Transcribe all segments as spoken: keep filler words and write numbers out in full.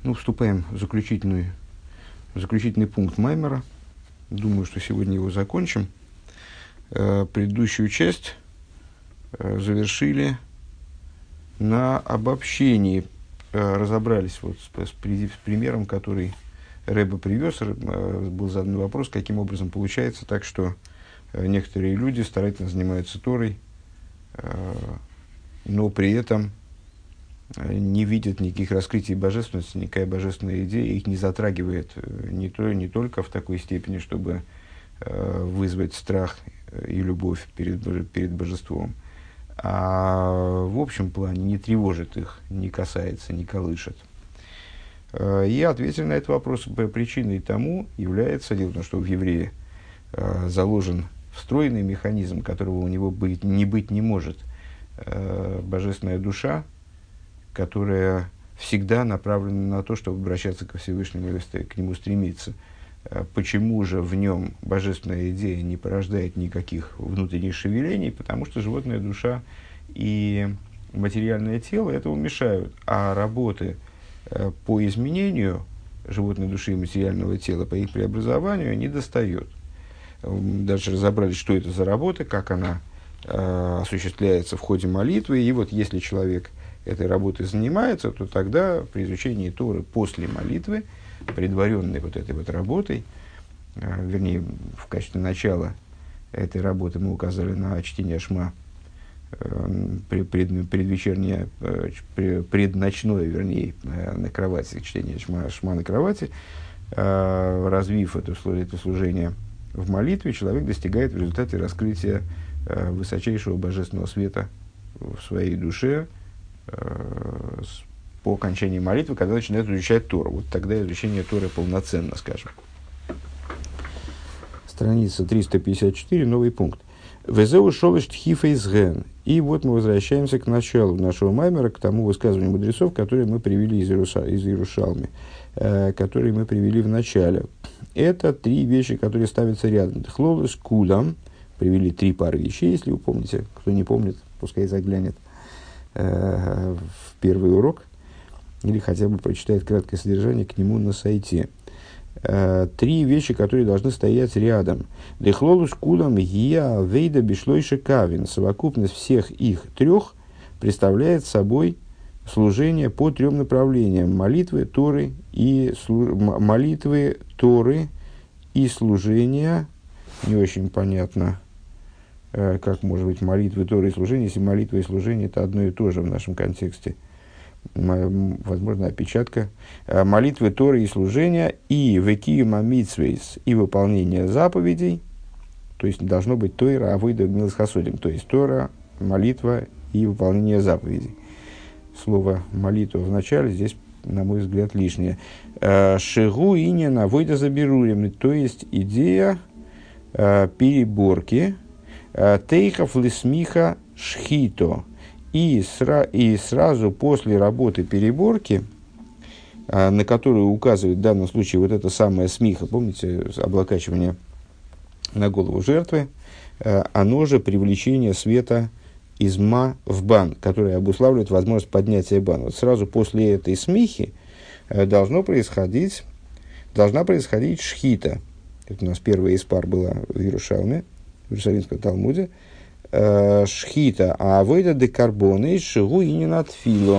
Ну, вступаем в заключительный, в заключительный пункт Маймера. Думаю, что сегодня его закончим. Э, предыдущую часть э, завершили на обобщении. Э, разобрались вот с, с, при, с примером, который Ребе привез. Э, был задан вопрос, каким образом получается так, что э, некоторые люди старательно занимаются Торой, э, но при этом не видят никаких раскрытий божественности, никакая божественная идея их не затрагивает не, то, не только в такой степени, чтобы э, вызвать страх и любовь перед, перед божеством, а в общем плане не тревожит их, не касается, не колышет. Э, и ответили на этот вопрос. Причиной тому является, дело в том, что в еврее э, заложен встроенный механизм, которого у него быть, не быть не может. Э, божественная душа, которая всегда направлена на то, чтобы обращаться ко Всевышнему и к нему стремиться. Почему же в нем божественная идея не порождает никаких внутренних шевелений? Потому что животная душа и материальное тело этому мешают, а работы по изменению животной души и материального тела, по их преобразованию, не достает. Дальше разобрались, что это за работа, как она э, осуществляется в ходе молитвы. И вот если человек этой работой занимается, то тогда при изучении Торы после молитвы, предваренной вот этой вот работой, э, вернее, в качестве начала этой работы мы указали на чтение Шма, э, пред, пред, предвечернее, э, предночное, вернее, э, на кровати, чтение Шма, Шма на кровати, э, развив это, это служение в молитве, человек достигает в результате раскрытия э, высочайшего божественного света в своей душе, по окончании молитвы, когда начинает изучать Тору. Вот тогда изучение Торы полноценно, скажем. Страница триста пятьдесят четыре, новый пункт. «Везеу шолеш тхифейс ген». И вот мы возвращаемся к началу нашего маймера, к тому высказыванию мудрецов, которые мы привели из, Иеруса, из Иерушалми, э, которые мы привели в начале. Это три вещи, которые ставятся рядом. Тхлолес кулам. Привели три пары вещей, если вы помните. Кто не помнит, пускай заглянет в первый урок, или хотя бы прочитает краткое содержание к нему на сайте. Три вещи, которые должны стоять рядом. Лехлолус кулам гия вейда бишлойша кавин. Совокупность всех их трех представляет собой служение по трем направлениям: молитвы, Торы и слу... молитвы, Торы и служения. Не очень понятно, как может быть молитвы, Торы и служение, если молитва и служение это одно и то же в нашем контексте. Возможно, опечатка. Молитвы, Торы и служение и векиюма мицвейс и выполнение заповедей, то есть должно быть Тора, авойда милос хасодим, то есть Тора, молитва и выполнение заповедей. Слово молитва в начале здесь, на мой взгляд, лишнее. Шигу инин авойда заберурим, то есть идея переборки, тейхов лисмиха шхито. И, сра- и сразу после работы переборки, а, на которую указывает в данном случае вот это самое смиха, помните, облокачивание на голову жертвы, а, оно же привлечение света из ма в бан, которое обуславливает возможность поднятия бана. Вот сразу после этой смихи а, должно происходить, должна происходить шхита. Это у нас первая из пар была в Иерушалме, в Иерусалимском Талмуде. Шхита, а авойда де карбоны шигу и не надфило.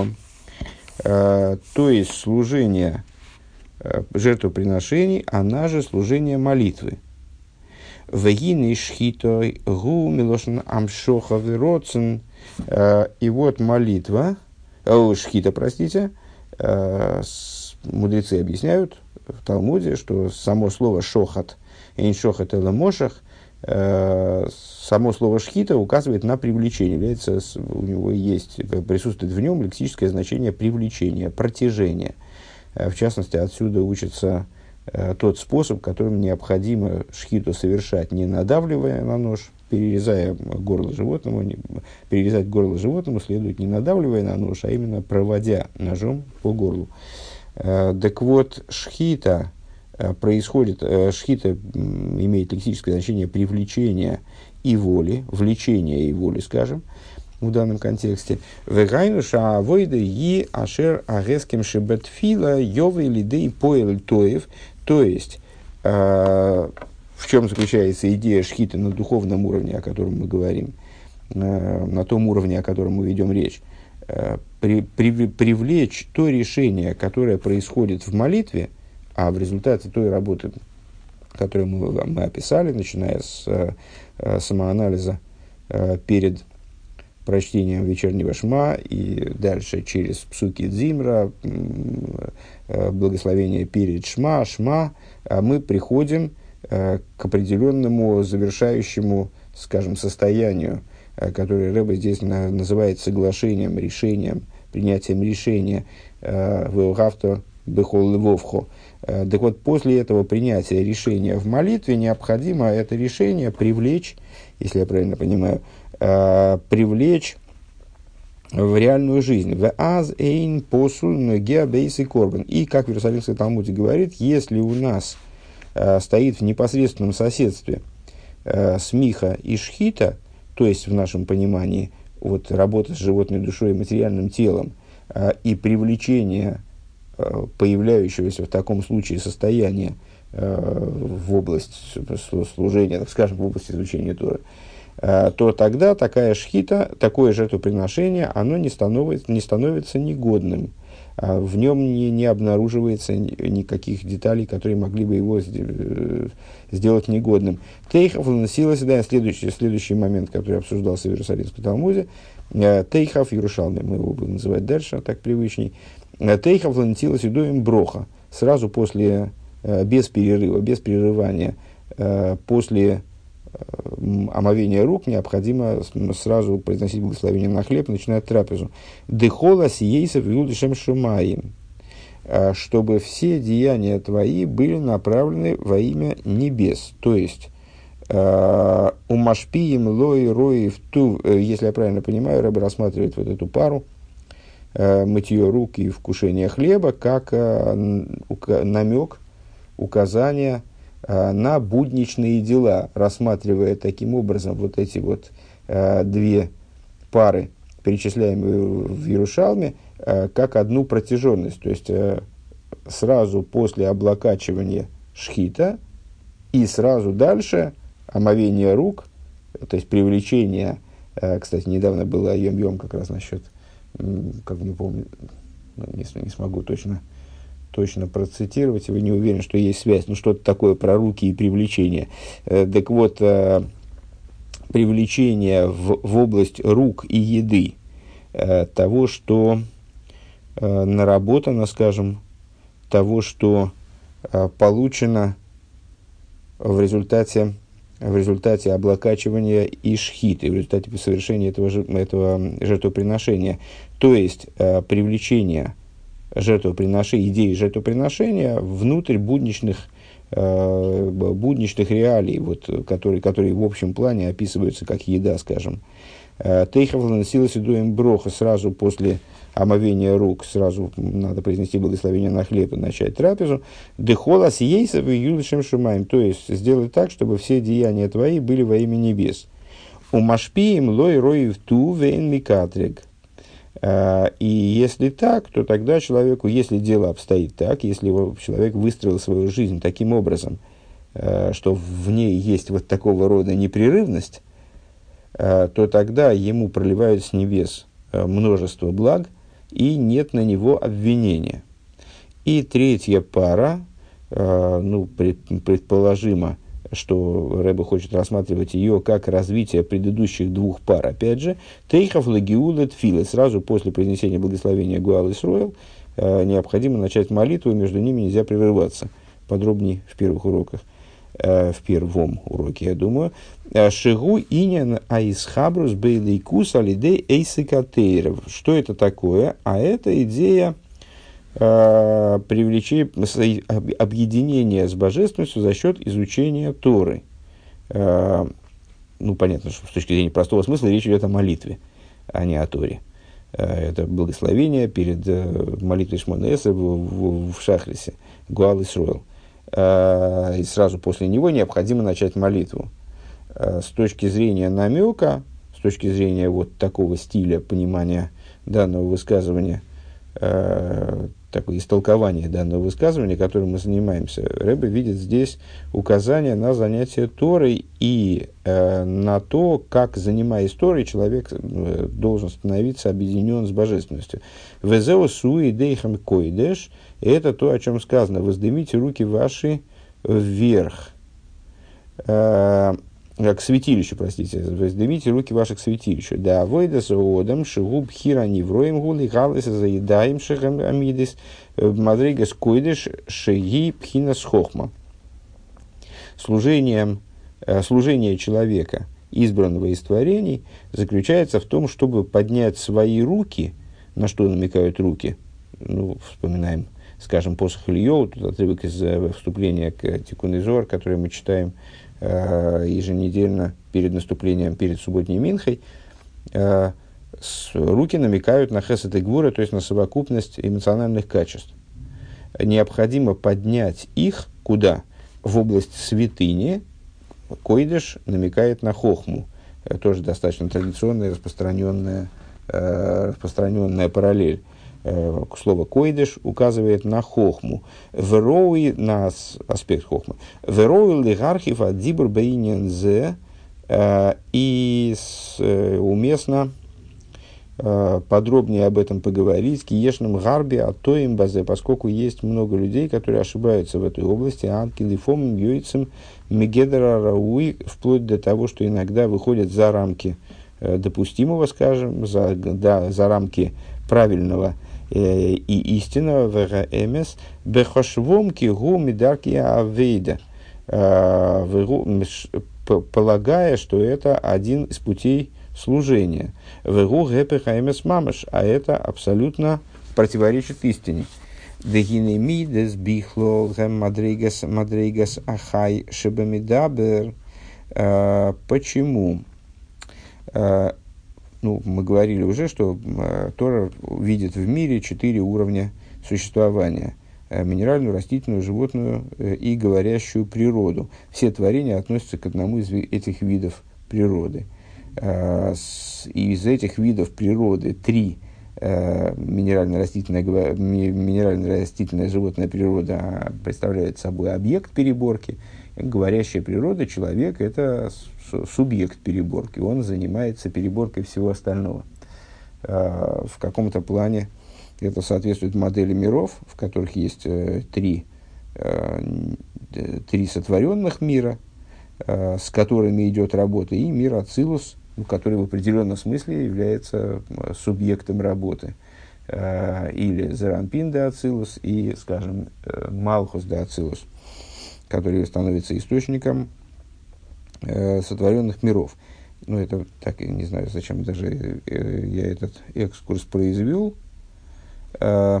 То есть служение жертвоприношений, она же служение молитвы. Вегины шхита гу милошн амшоха вироцен. И вот молитва, о, шхита, простите, мудрецы объясняют в Талмуде, что само слово шохат, эйн шохат эла мошах, само слово шхита указывает на привлечение, является, у него есть, присутствует в нем лексическое значение привлечения, протяжения. В частности, отсюда учится тот способ, которым необходимо шхиту совершать, не надавливая на нож, перерезая горло животному. Не, перерезать горло животному следует не надавливая на нож, а именно проводя ножом по горлу. Так вот, шхита происходит, шхита имеет лексическое значение привлечения и воли, влечения и воли, скажем, в данном контексте. Вегайнуша авойда и ашер агеским шебетфила йовы лидей поэль тоев. То есть, э, в чем заключается идея шхиты на духовном уровне, о котором мы говорим, э, на том уровне, о котором мы ведем речь. Э, при, при, привлечь то решение, которое происходит в молитве, а в результате той работы, которую мы, мы описали, начиная с э, самоанализа э, перед прочтением вечернего шма и дальше через псуки дзимра, э, благословение перед шма, шма, э, мы приходим э, к определенному завершающему, скажем, состоянию, э, которое Ребе здесь на, называет соглашением, решением, принятием решения «Веогавто бехол левовхо». Так вот, после этого принятия решения в молитве необходимо это решение привлечь, если я правильно понимаю, э, привлечь в реальную жизнь. В аз эйн посуль ноге бейси корбан. И, как в Иерусалимской Талмуде говорит, если у нас э, стоит в непосредственном соседстве э, смиха и шхита, то есть в нашем понимании вот, работа с животной душой и материальным телом, э, и привлечение появляющегося в таком случае состояния э, в область служения, так скажем, в области изучения Торы, э, то тогда такая шхита, такое жертвоприношение, оно не становится, не становится негодным. Э, в нем не, не обнаруживается ни, никаких деталей, которые могли бы его э, сделать негодным. Тейхов наносилось, да, следующий, следующий момент, который обсуждался в Иерусалимском Талмуде, э, Тейхов Иерушалми, мы его будем называть дальше, так привычней. Тейхов ланатилась идоем броха, сразу после, без перерыва, без прерывания, после омовения рук необходимо сразу произносить благословение на хлеб и начинать трапезу. Дехола сиейсов юлдишем шумаим, чтобы все деяния твои были направлены во имя небес. То есть, умашпием лой рои в ту, если я правильно понимаю, Ребе рассматривает вот эту пару, мытье рук и вкушение хлеба, как э, ука- намек, указание э, на будничные дела, рассматривая таким образом вот эти вот э, две пары, перечисляемые в Иерушалме, э, как одну протяженность. То есть, э, сразу после облокачивания шхита и сразу дальше омовение рук, то есть привлечение, э, кстати, недавно было йом-йом как раз насчет, как не помню, не, не смогу точно, точно процитировать, вы не уверен, что есть связь, но что-то такое про руки и привлечение. Э, так вот, э, привлечение в, в область рук и еды э, того, что э, наработано, скажем, того, что э, получено в результате в результате облокачивания и шхиты, в результате совершения этого, этого жертвоприношения. То есть, э, привлечение жертвоприношения, идеи жертвоприношения внутрь будничных, э, будничных реалий, вот, которые, которые в общем плане описываются как еда, скажем. Тейхов наносилась идоем броха сразу после омовения рук, сразу надо произнести благословение на хлеб и начать трапезу. Дехола сиейсов и юлишем шумаем, то есть сделать так, чтобы все деяния твои были во имя небес. Умашпием лой рой в ту вейн микатрик. И если так, то тогда человеку, если дело обстоит так, если его, человек выстроил свою жизнь таким образом, что в ней есть вот такого рода непрерывность, то тогда ему проливают с небес множество благ, и нет на него обвинения. И третья пара, ну, предположимо, что Ребе хочет рассматривать ее как развитие предыдущих двух пар. Опять же, Тейхов лагиулет филе, сразу после произнесения благословения Гуал Исроэл, необходимо начать молитву, между ними нельзя прерываться. Подробнее в первых уроках. В первом уроке, я думаю. Шигу инян аисхабрус бейлейкус алидей эйсикатейров. Что это такое? А это идея э, привлечения, объединения с божественностью за счет изучения Торы. Э, ну, понятно, что с точки зрения простого смысла речь идет о молитве, а не о Торе. Э, это благословение перед э, молитвой Шмона Эсер в, в, в Шахрисе, Гуал Исроэл. И сразу после него необходимо начать молитву. С точки зрения намека, с точки зрения вот такого стиля понимания данного высказывания, э, такое истолкование данного высказывания, которым мы занимаемся, Ребе видит здесь указание на занятие Торой и э, на то, как, занимаясь Торой, человек э, должен становиться объединен с божественностью. «Везео суи дейхам койдеш» – это то, о чем сказано: «Воздымите руки ваши вверх». Э, к святилищу, простите, воздымите руки ваши к святилищу. Да, войда соодам, шигуб хира невроем гули, галеса заедаем шехам амидис, мадригас койдеш, шеги пхинас хохма. Служением, служение человека, избранного из творений, заключается в том, чтобы поднять свои руки. На что намекают руки? Ну, вспоминаем, скажем, посох Ильёва, тут отрывок из вступления к Тикун Зоар, который мы читаем еженедельно перед наступлением, перед субботней Минхой. Руки намекают на хесед и гвура, то есть на совокупность эмоциональных качеств. Необходимо поднять их куда? В область святыни. Койдеш намекает на хохму. Тоже достаточно традиционная, распространенная, распространенная параллель. Слово «койдеш» указывает на хохму. Верои, на аспект хохмы. Верои лигархив адзибур бейнин зе. И уместно подробнее об этом поговорить. Киешным гарби атоим базе, поскольку есть много людей, которые ошибаются в этой области. Анкилифом йойцем мегедера рауи, вплоть до того, что иногда выходят за рамки допустимого, скажем, за, да, за рамки правильного и истинного, вгэмс бехошвомки гумидарки авейда, полагая, что это один из путей служения. Вгу гэпэхэмс мамаш, а это абсолютно противоречит истине. Дегинемидес бихло гэм мадрейгас мадрейгас ахай шебамидабер. Почему? Ну, мы говорили уже, что э, Тора видит в мире четыре уровня существования. Э, минеральную, растительную, животную э, и говорящую природу. Все творения относятся к одному из этих видов природы. Э, с, из этих видов природы три э, минерально-растительная, минерально-растительная животная природа представляет собой объект переборки. Говорящая природа, человек – это субъект переборки, он занимается переборкой всего остального. В каком-то плане это соответствует модели миров, в которых есть три, три сотворенных мира, с которыми идет работа, и мир Ацилус, который в определенном смысле является субъектом работы. Или Зеранпин де Ацилус и, скажем, Малхус де Ацилус, который становится источником э, сотворенных миров. Ну, это так, я не знаю, зачем даже э, я этот экскурс произвел. Э,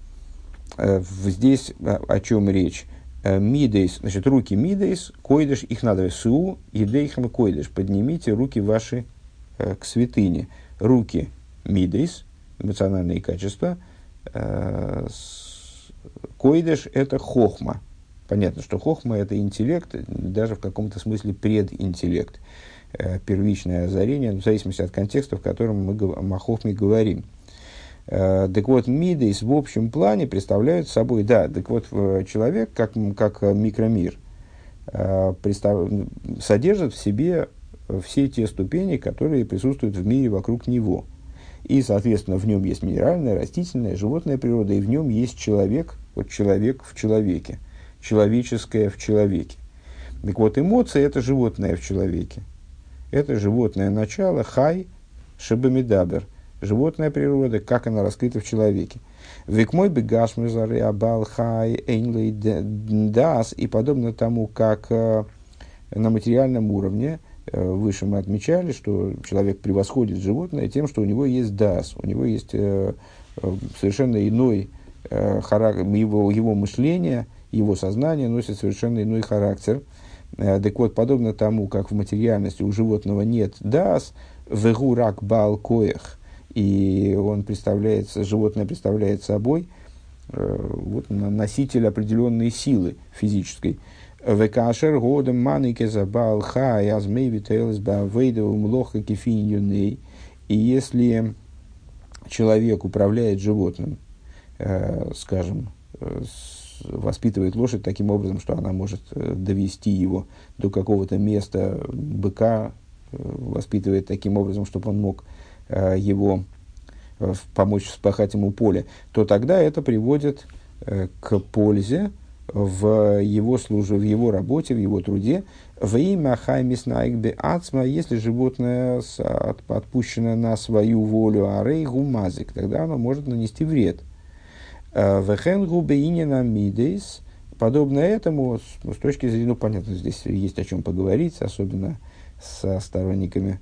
э, здесь о, о чем речь? Э, мидейс, значит, руки мидейс, койдеш, их надо су, едейхам койдеш, поднимите руки ваши э, к святыне. Руки мидейс, эмоциональные качества, э, с, койдеш – это хохма. Понятно, что хохма – это интеллект, даже в каком-то смысле прединтеллект, э, первичное озарение, в зависимости от контекста, в котором мы о хохме говорим. Э, так вот, мидейс в общем плане представляют собой, да, так вот, человек, как, как микромир, э, представ, содержит в себе все те ступени, которые присутствуют в мире вокруг него. И, соответственно, в нем есть минеральная, растительная, животная природа, и в нем есть человек, вот человек в человеке. Человеческое в человеке. Так вот, эмоции – это животное в человеке. Это животное начало, хай, шебамидабер. Животная природа, как она раскрыта в человеке. Век мой бегаш мезаре абал хай эйнлей дас. И подобно тому, как э, на материальном уровне, э, выше мы отмечали, что человек превосходит животное тем, что у него есть дас, у него есть э, э, совершенно иной э, характер, его, его мышление, его сознание носит совершенно иной характер. Э, так вот, подобно тому, как в материальности у животного нет дас, вегу рак баал коэх, и он представляется, животное представляет собой э, вот, носитель определенной силы физической. Векашер годом манике забал хай азмейвителс бавейдовым лоха кефин юней. И если человек управляет животным, э, скажем, э, с, воспитывает лошадь таким образом, что она может э, довести его до какого-то места, быка э, воспитывает таким образом, чтобы он мог э, его э, помочь вспахать ему поле, то тогда это приводит э, к пользе в его службе, в его работе, в его труде. В имя хаймиснайгбе ацма, если животное с, от, отпущено на свою волю, арей гумазик, тогда оно может нанести вред. Вехен губеинина мидейс, подобно этому, с, с точки зрения, ну, понятно, здесь есть о чем поговорить, особенно со сторонниками,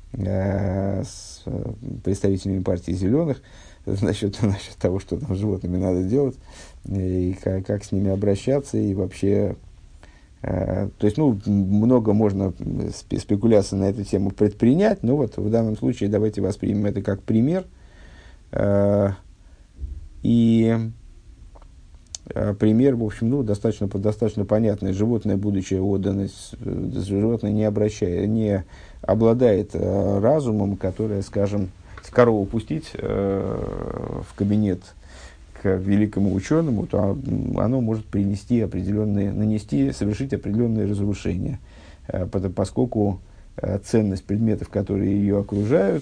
э, с представителями партии зеленых, насчет, насчет того, что там с животными надо делать, и как, как с ними обращаться, и вообще, э, то есть, ну, много можно спекуляций на эту тему предпринять, но вот в данном случае давайте воспримем это как пример, э, и э, пример, в общем, ну, достаточно, достаточно понятный. Животное, будучи отдано, животное не обращает, не обладает э, разумом, которое, скажем, корову пустить э, в кабинет к великому ученому, то оно может принести определенные, нанести, совершить определенные разрушения, э, поскольку э, ценность предметов, которые ее окружают,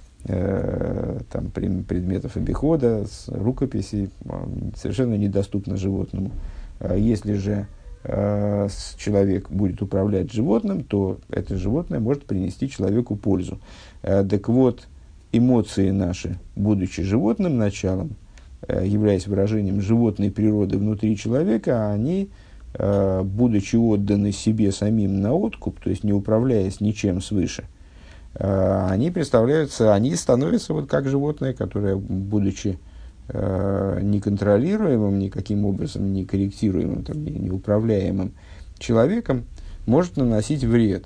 э, там, предметов обихода, рукописей, совершенно недоступна животному. Если же э, человек будет управлять животным, то это животное может принести человеку пользу. Э, так вот, эмоции наши, будучи животным началом, э, являясь выражением животной природы внутри человека, они, э, будучи отданы себе самим на откуп, то есть не управляясь ничем свыше, э, они представляются, они становятся вот как животное, которое, будучи э, неконтролируемым никаким образом, не корректируемым, там, не, неуправляемым человеком, может наносить вред.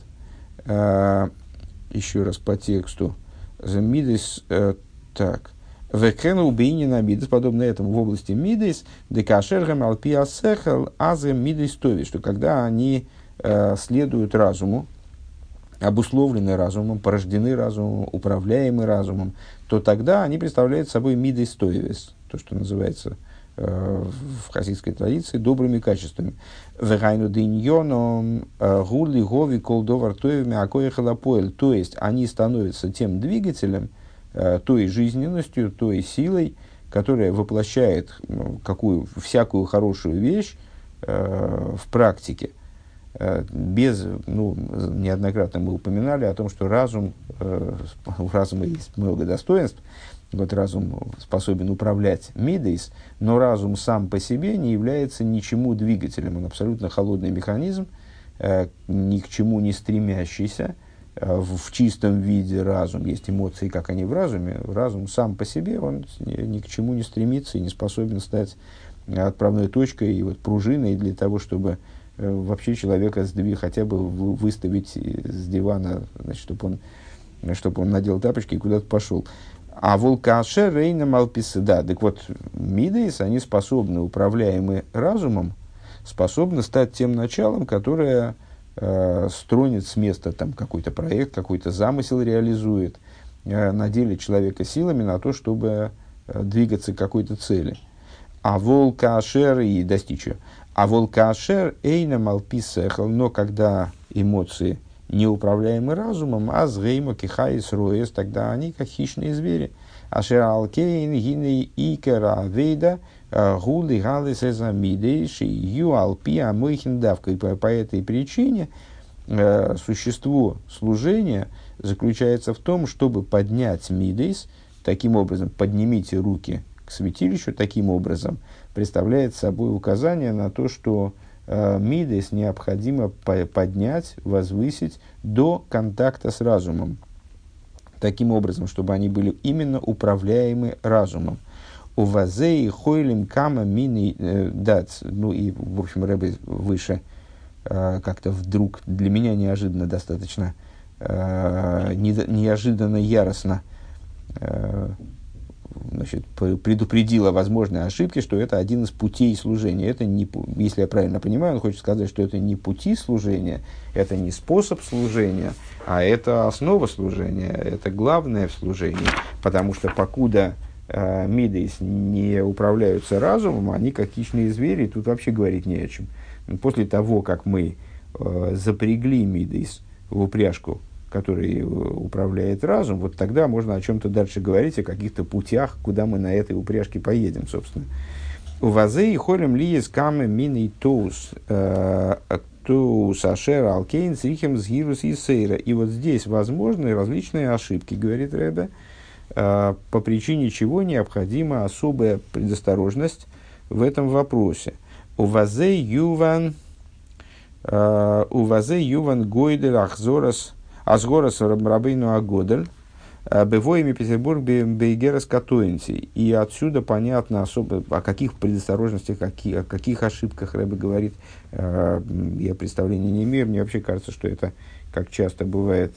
Э, еще раз по тексту. Мидейс, э, так. Векену убейнина мидейс, подобно этому в области мидейс, декашергам алпиасехал азем мидейс тови, что когда они э, следуют разуму, обусловлены разумом, порождены разумом, управляемы разумом, то тогда они представляют собой мидейс товис, то, что называется э, в хасидской традиции добрыми качествами. Вегайну диньоном гули гови колдовар тоевми акоехалапоэль. То есть они становятся тем двигателем, э, той жизненностью, той силой, которая воплощает ну, какую, всякую хорошую вещь э, в практике. Э, без, ну, неоднократно мы упоминали о том, что разум, э, у разума есть много достоинств. Вот разум способен управлять мидейс, но разум сам по себе не является ничему двигателем. Он абсолютно холодный механизм, э, ни к чему не стремящийся. Э, в, в чистом виде разум, есть эмоции, как они в разуме. Разум сам по себе, он ни, ни к чему не стремится и не способен стать отправной точкой и вот пружиной для того, чтобы э, вообще человека сдвиг, хотя бы выставить с дивана, значит, чтобы он, чтобы он надел тапочки и куда-то пошел. А волкаше рейна малписы, да, так вот, мидейс, они способны, управляемые разумом, способны стать тем началом, которое э, стронет с места там, какой-то проект, какой-то замысел реализует, э, наделит человека силами на то, чтобы э, двигаться к какой-то цели. А волкашер и достичь ее. А волкашер эйна малписехал, но когда эмоции неуправляемый разумом, а згеймо кихайс роес, тогда они как хищные звери. Ашер алкейн гиней икера вейда гули галис эзамидейши ю алпи амойхин давка. И по, по этой причине э, существо служения заключается в том, чтобы поднять мидейс, таким образом, поднимите руки к святилищу, таким образом, представляет собой указание на то, что мидейс необходимо поднять, возвысить до контакта с разумом. Таким образом, чтобы они были именно управляемы разумом. У вазеи хойлим кама мини дат. Ну и, в общем, Рэбе выше как-то вдруг, для меня неожиданно достаточно, неожиданно яростно значит, предупредил о возможной ошибке, что это один из путей служения. Это не, если я правильно понимаю, он хочет сказать, что это не пути служения, это не способ служения, а это основа служения, это главное в служении. Потому что покуда э, мидейс не управляются разумом, они как хищные звери, тут вообще говорить не о чем. После того, как мы э, запрягли мидейс в упряжку, который управляет разум, вот тогда можно о чем-то дальше говорить, о каких-то путях, куда мы на этой упряжке поедем, собственно. У вазей холем лиес камы мини тоус тоус ашер алкейн срихем сгирус и сейра. И вот здесь возможны различные ошибки, говорит Ребе, по причине чего необходима особая предосторожность в этом вопросе. У вазей юван у вазей юван гойдель ахзорас Азгорас Рабейну Агодель, бывоями Петербург Бейгерас Катуинти. И отсюда понятно особо, о каких предосторожностях, какие, о каких ошибках Рэбе говорит. Я представления не имею. Мне вообще кажется, что это, как часто бывает,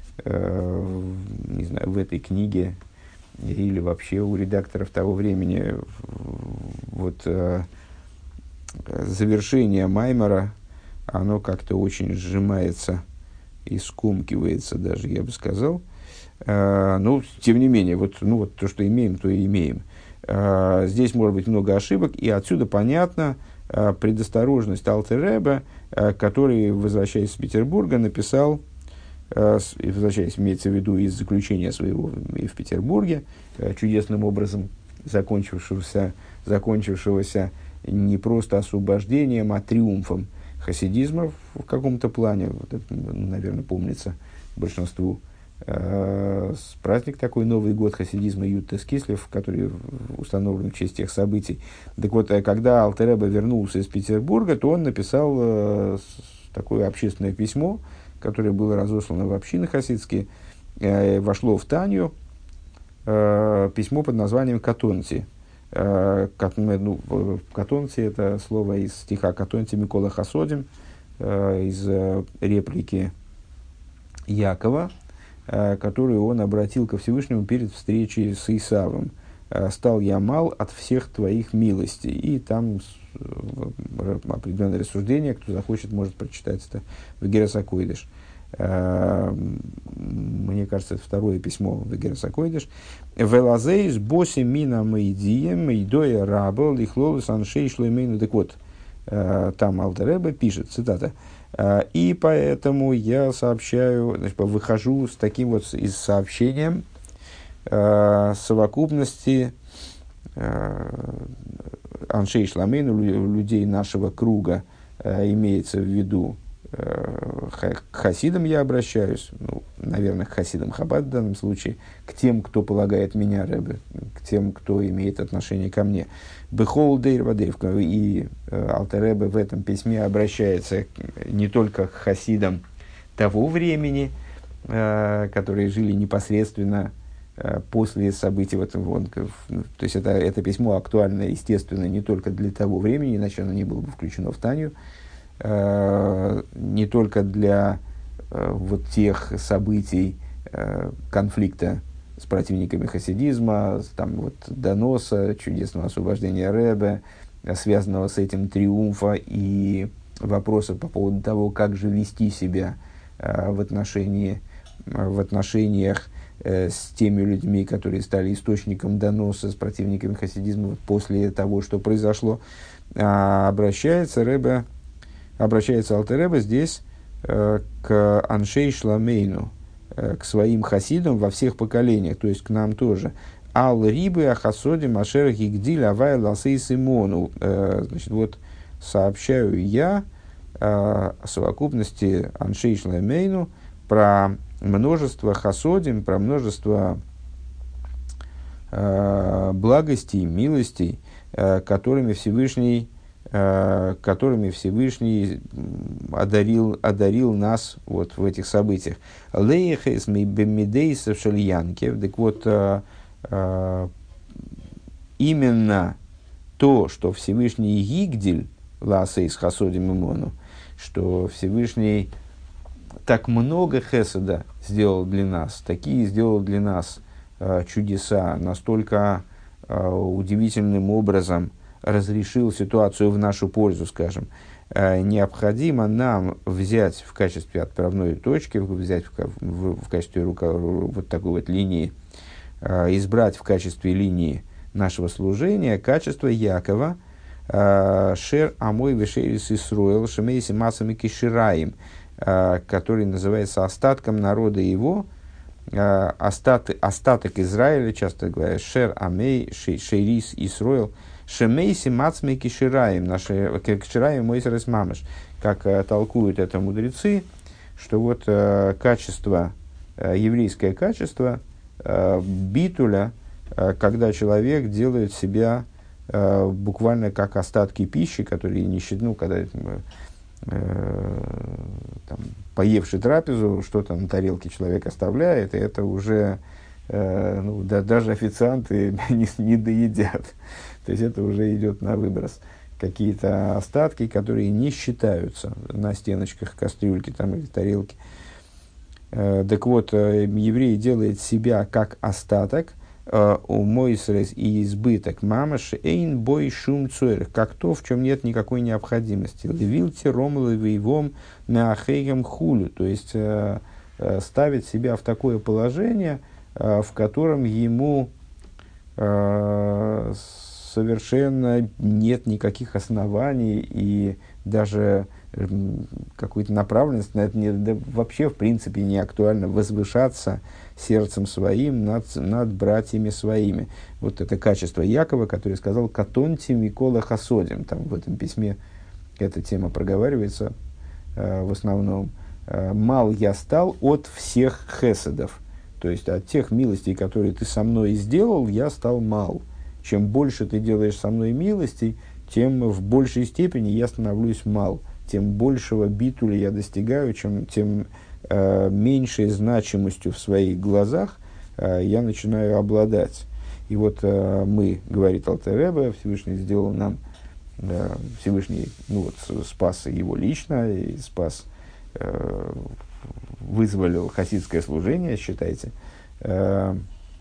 не знаю, в этой книге или вообще у редакторов того времени, вот завершение Маймера, оно как-то очень сжимается и скомкивается даже, я бы сказал. Uh, ну, тем не менее, вот, ну, вот то, что имеем, то и имеем. Uh, здесь может быть много ошибок, и отсюда понятна uh, предосторожность Алтер Ребе, uh, который, возвращаясь из Петербурга, написал, uh, возвращаясь, имеется в виду, из заключения своего и в Петербурге, uh, чудесным образом закончившегося, закончившегося не просто освобождением, а триумфом хасидизма в каком-то плане, вот это, наверное, помнится большинству, э, праздник такой, Новый год хасидизма Ют-Тес Кислев, который установлен в честь тех событий. Так вот, когда Алтер Ребе вернулся из Петербурга, то он написал э, такое общественное письмо, которое было разослано в общины хасидские, э, вошло в Танью, э, письмо под названием «Катонти». Ну, катонти — это слово из стиха «Катонти Микола Хасодим», из реплики Якова, которую он обратил ко Всевышнему перед встречей с Исавом. «Стал я мал от всех твоих милостей». И там определенное рассуждение, кто захочет, может прочитать это в Герас ха-Койдеш. Мне кажется, это второе письмо в Герас ха-Койдеш. «Велазейс боси мина мейдием мейдоя рабл ихлолус аншей шлоймейну». Так вот, там Алтер Ребе пишет, цитата, «И поэтому я сообщаю, значит, выхожу с таким вот из сообщением совокупности аншей шлоймейну, людей нашего круга, имеется в виду, к хасидам я обращаюсь, ну, наверное, к хасидам Хаббат в данном случае, к тем, кто полагает меня Ребе, к тем, кто имеет отношение ко мне. Бехол дейр вадейв. И Алтер Ребе в этом письме обращается не только к хасидам того времени, которые жили непосредственно после событий. Вот, он, то есть это, это письмо актуально, естественно, не только для того времени, иначе оно не было бы включено в Танью, не только для э, вот тех событий э, конфликта с противниками хасидизма, там, вот, доноса, чудесного освобождения Ребе, связанного с этим триумфа и вопроса по поводу того, как же вести себя э, в, отношении, в отношениях э, с теми людьми, которые стали источником доноса, с противниками хасидизма после того, что произошло. А обращается Ребе Обращается Алтер Ребе здесь э, к аншей шламейну, э, к своим хасидам во всех поколениях, то есть к нам тоже. Ал рибы ахасодим ашер гигдиль авай ласей симону. Значит, вот сообщаю я э, о совокупности аншей шламейну про множество хасодим, про множество э, благостей, милостей, э, которыми Всевышний которыми Всевышний одарил, одарил нас вот в этих событиях. Лейхес бемидейсов шальянке. Так вот, именно то, что Всевышний гигдиль ласейс хасодим имону, что Всевышний так много хеседа сделал для нас, такие сделал для нас чудеса, настолько удивительным образом разрешил ситуацию в нашу пользу, скажем, необходимо нам взять в качестве отправной точки, взять в, в, в качестве рука, вот такой вот линии, избрать в качестве линии нашего служения качество Якова, Шер Амой Вешерис Исруэл Шемейси Масами Кишираим, который называется остатком народа его, остаток, остаток Израиля, часто говорят, Шер Амей Шерис Исруэл Шемейси Мацми Кишираим, наши Кишираим Мойсерес Мамыш, как толкуют это мудрецы, что вот качество, еврейское качество битуля, когда человек делает себя буквально как остатки пищи, которые не считают, ну, когда там, поевший трапезу, что-то на тарелке человек оставляет, и это уже ну, да, даже официанты не, не доедят. То есть это уже идет на выброс. Какие-то остатки, которые не считаются на стеночках кастрюльки там, или тарелки. Э, так вот, э, еврей делает себя как остаток, э, у мойсрес и избыток мамаш эйн бой шум цуэр, как то, в чем нет никакой необходимости. Левилти ромловейвом мяхейгам хулю, то есть э, э, ставит себя в такое положение, э, в котором ему э, совершенно нет никаких оснований и даже э, какой-то направленности на это не, да, вообще в принципе не актуально возвышаться сердцем своим над, над братьями своими. Вот это качество Якова, который сказал «Катонти Микола Хасодим». Там в этом письме эта тема проговаривается э, в основном. Э, «Мал я стал от всех хеседов». То есть от тех милостей, которые ты со мной сделал, я стал мал. Чем больше ты делаешь со мной милостей, тем в большей степени я становлюсь мал. Тем большего битуля я достигаю, чем, тем э, меньшей значимостью в своих глазах э, я начинаю обладать. И вот э, мы, говорит Алтер Ребе, Всевышний сделал нам, э, Всевышний ну, вот, спас его лично, и спас, э, вызволил хасидское служение, считайте, э,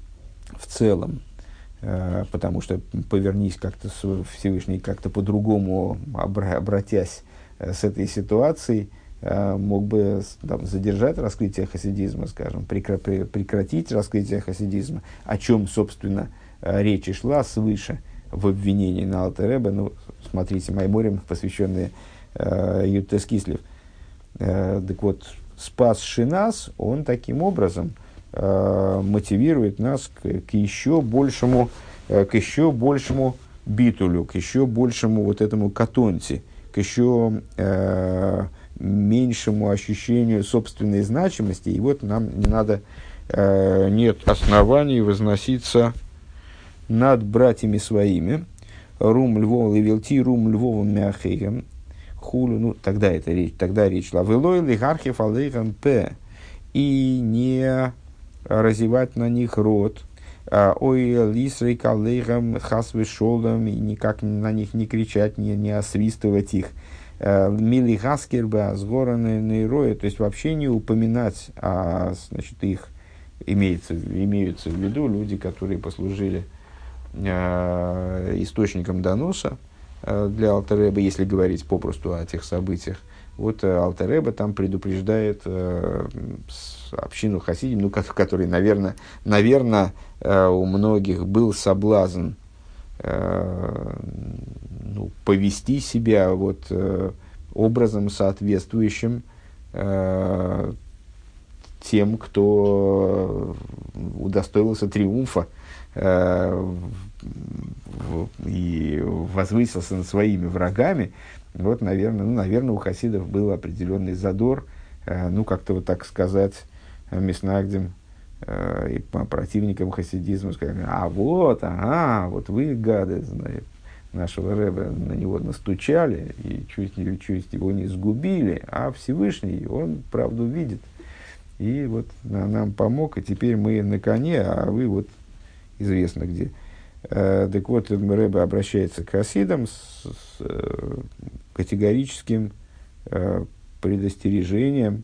в целом. Потому что повернись как-то Всевышний как-то по-другому, обратясь с этой ситуацией, мог бы там, задержать раскрытие хасидизма, скажем, прекратить раскрытие хасидизма, о чем, собственно, речь и шла свыше в обвинении на Алтер Ребе. Ну, смотрите, Майморим, посвященные Ютес Кислев. Так вот, спасший нас, он таким образом мотивирует нас к, к еще большему, к еще большему битулю, к еще большему вот этому катонти, к еще э, меньшему ощущению собственной значимости. И вот нам не надо, э, нет оснований возноситься над братьями своими. Рум львов левелти, рум львовым мяхейгам, хулю, ну тогда это речь, тогда речь шла. Велой лигархев алейхам п, и не разевать на них рот, ой, лисрей калейхам хасвы шолдам, и никак на них не кричать, не, не освистывать их. Мили хаскербе, азгораны нейроя, то есть вообще не упоминать, а значит, их имеется, имеются в виду люди, которые послужили э, источником доноса э, для Алтер Ребе, если говорить попросту о тех событиях. Вот Алтер Ребе там предупреждает э, общину хасидим, ну, в которой, наверное, наверное э, у многих был соблазн э, ну, повести себя вот, э, образом, соответствующим э, тем, кто удостоился триумфа э, в, и возвысился над своими врагами. Вот, наверное, ну, наверное, у хасидов был определенный задор, э, ну, как-то вот так сказать, Миснагдим э, и по противникам хасидизма сказали: а вот, ага, вот вы, гады, знаете, нашего Ребе, на него настучали и чуть, чуть его не сгубили, а Всевышний, он правду видит. И вот нам помог, и теперь мы на коне, а вы вот известно где. Э, так вот, Ребе обращается к хасидам с, с э, категорическим э, предостережением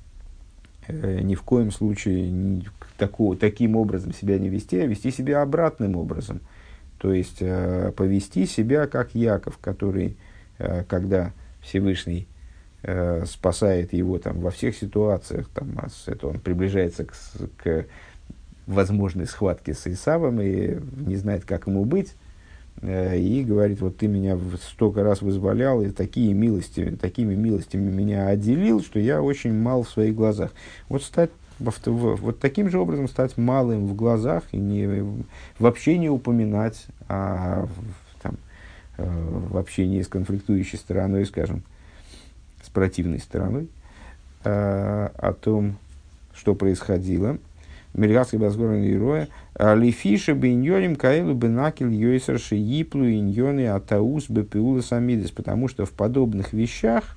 э, ни в коем случае ни, такого, таким образом себя не вести, а вести себя обратным образом. То есть э, повести себя как Яков, который, э, когда Всевышний э, спасает его там, во всех ситуациях, там, это он приближается к, к возможной схватке с Исавом и не знает, как ему быть, э, и говорит: вот ты меня столько раз вызволял, и такие милости, такими милостями меня отделил, что я очень мал в своих глазах. Вот стать вот таким же образом стать малым в глазах и не, вообще не упоминать о, там, в общении с конфликтующей стороной, скажем, с противной стороной, о том, что происходило. Мельгацкий Базгорный героя Лифиша биньоним каэлу бенакил йойсерши yiплу иньоны атаус бепиула самидес, потому что в подобных вещах,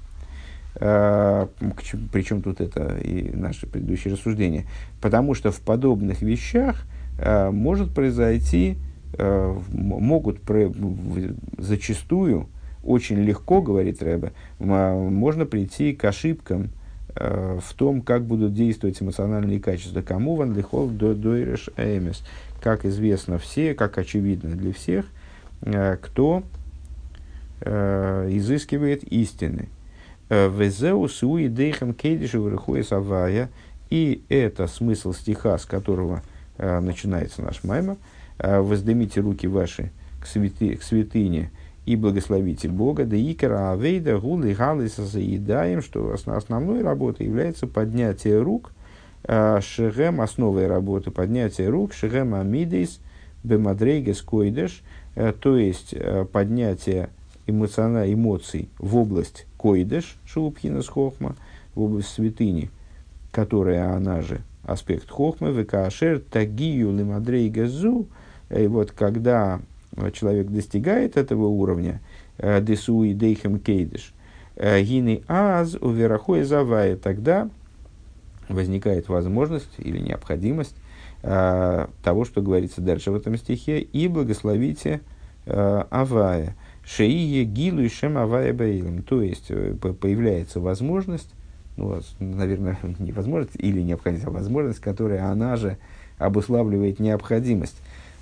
причем тут это и наше предыдущее рассуждение, потому что в подобных вещах может произойти, могут зачастую, очень легко, говорит Ребе, можно прийти к ошибкам в том, как будут действовать эмоциональные качества. Кому ван лихов до дойреш эмес. Как известно все, как очевидно для всех, кто изыскивает истины. Везеу суи дейхам кейдишу врахуэс авая. И это смысл стиха, с которого начинается наш маймер. Воздымите руки ваши к, святы, к святыне и благословите Бога, да икара авейда гулы галиса заедаем, что основной работой является поднятие рук, шегем, основой работы поднятие рук, шегем амидейс бемадрейгес койдеш, то есть поднятие эмоциональных эмоций в область койдеш, шелупхинас хохма, в область святыни, которая, она же, аспект хохмы, векаашер тагию лимадрейгезу, и вот когда человек достигает этого уровня, десуи дейхем кейдеш, гины аз уверахуя завая, тогда возникает возможность или необходимость того, что говорится дальше в этом стихе, и благословите авая, шеие гилу и шем авая баилем, то есть появляется возможность, ну, наверное, не возможность или необходимость, а возможность, которая, она же, обуславливает необходимость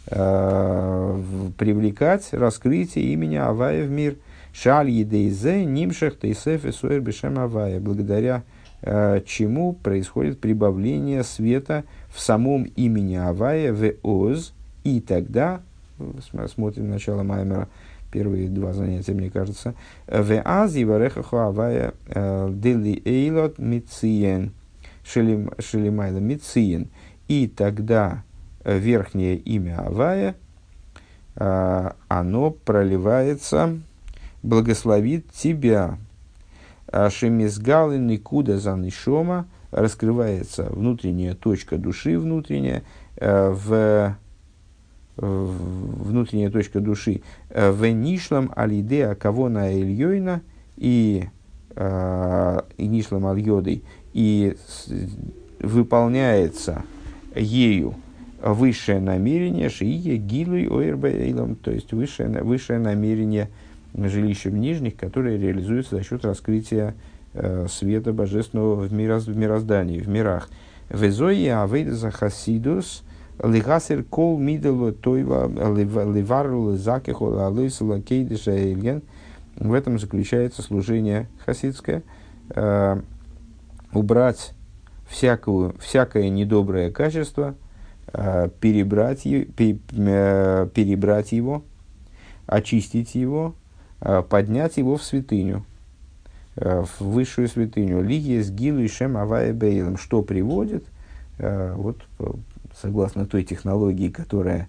привлекать раскрытие имени Авая в мир. Шаль едейзе нимшах тейсеф и суэр бешем Авая, благодаря э, чему происходит прибавление света в самом имени Авая в оз, и тогда, смотрим начало маймера, первые два занятия, мне кажется, в аз иварехаху Авая дели эйлот мициен шелимайла мициен, и тогда верхнее имя Авая, а, оно проливается, благословит тебя. Шемизгалы никуда за нишома, раскрывается внутренняя точка души, внутренняя, в, в, внутренняя точка души, в нишлам алидеа кавона эльйойна, и, и нишлам альйодой, и выполняется ею высшее намерение, шиие гилуй ойрбейлом, то есть высшее, высшее намерение жилищем нижних, которое реализуется за счет раскрытия э, света божественного в, мироз, в мироздании, в мирах. Везои авейдаза хасидус лигасер кол мидело тойва ливару лизакиху алысла кейдиша эльген. В этом заключается служение хасидское, э, убрать всякую, всякое недоброе качество, перебрать, перебрать его, очистить его, поднять его в святыню, в высшую святыню. Лигия с гилу и шем авая бейлом, что приводит, вот, согласно той технологии, которая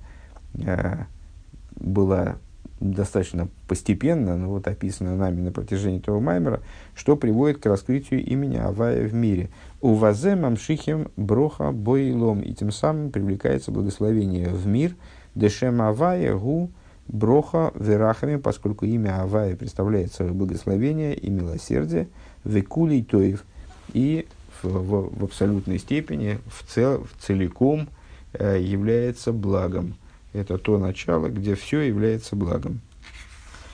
была достаточно постепенно, но вот описана нами на протяжении этого маймера, что приводит к раскрытию имени Авая в мире. Увазе мамшихим броха бойлом, и тем самым привлекается благословение в мир. Дешем Авая гу броха верахами, поскольку имя Авая представляет собой благословение и милосердие, векулей тоев, и в, в, в абсолютной степени, в, цел, в целиком э, является благом. Это то начало, где все является благом.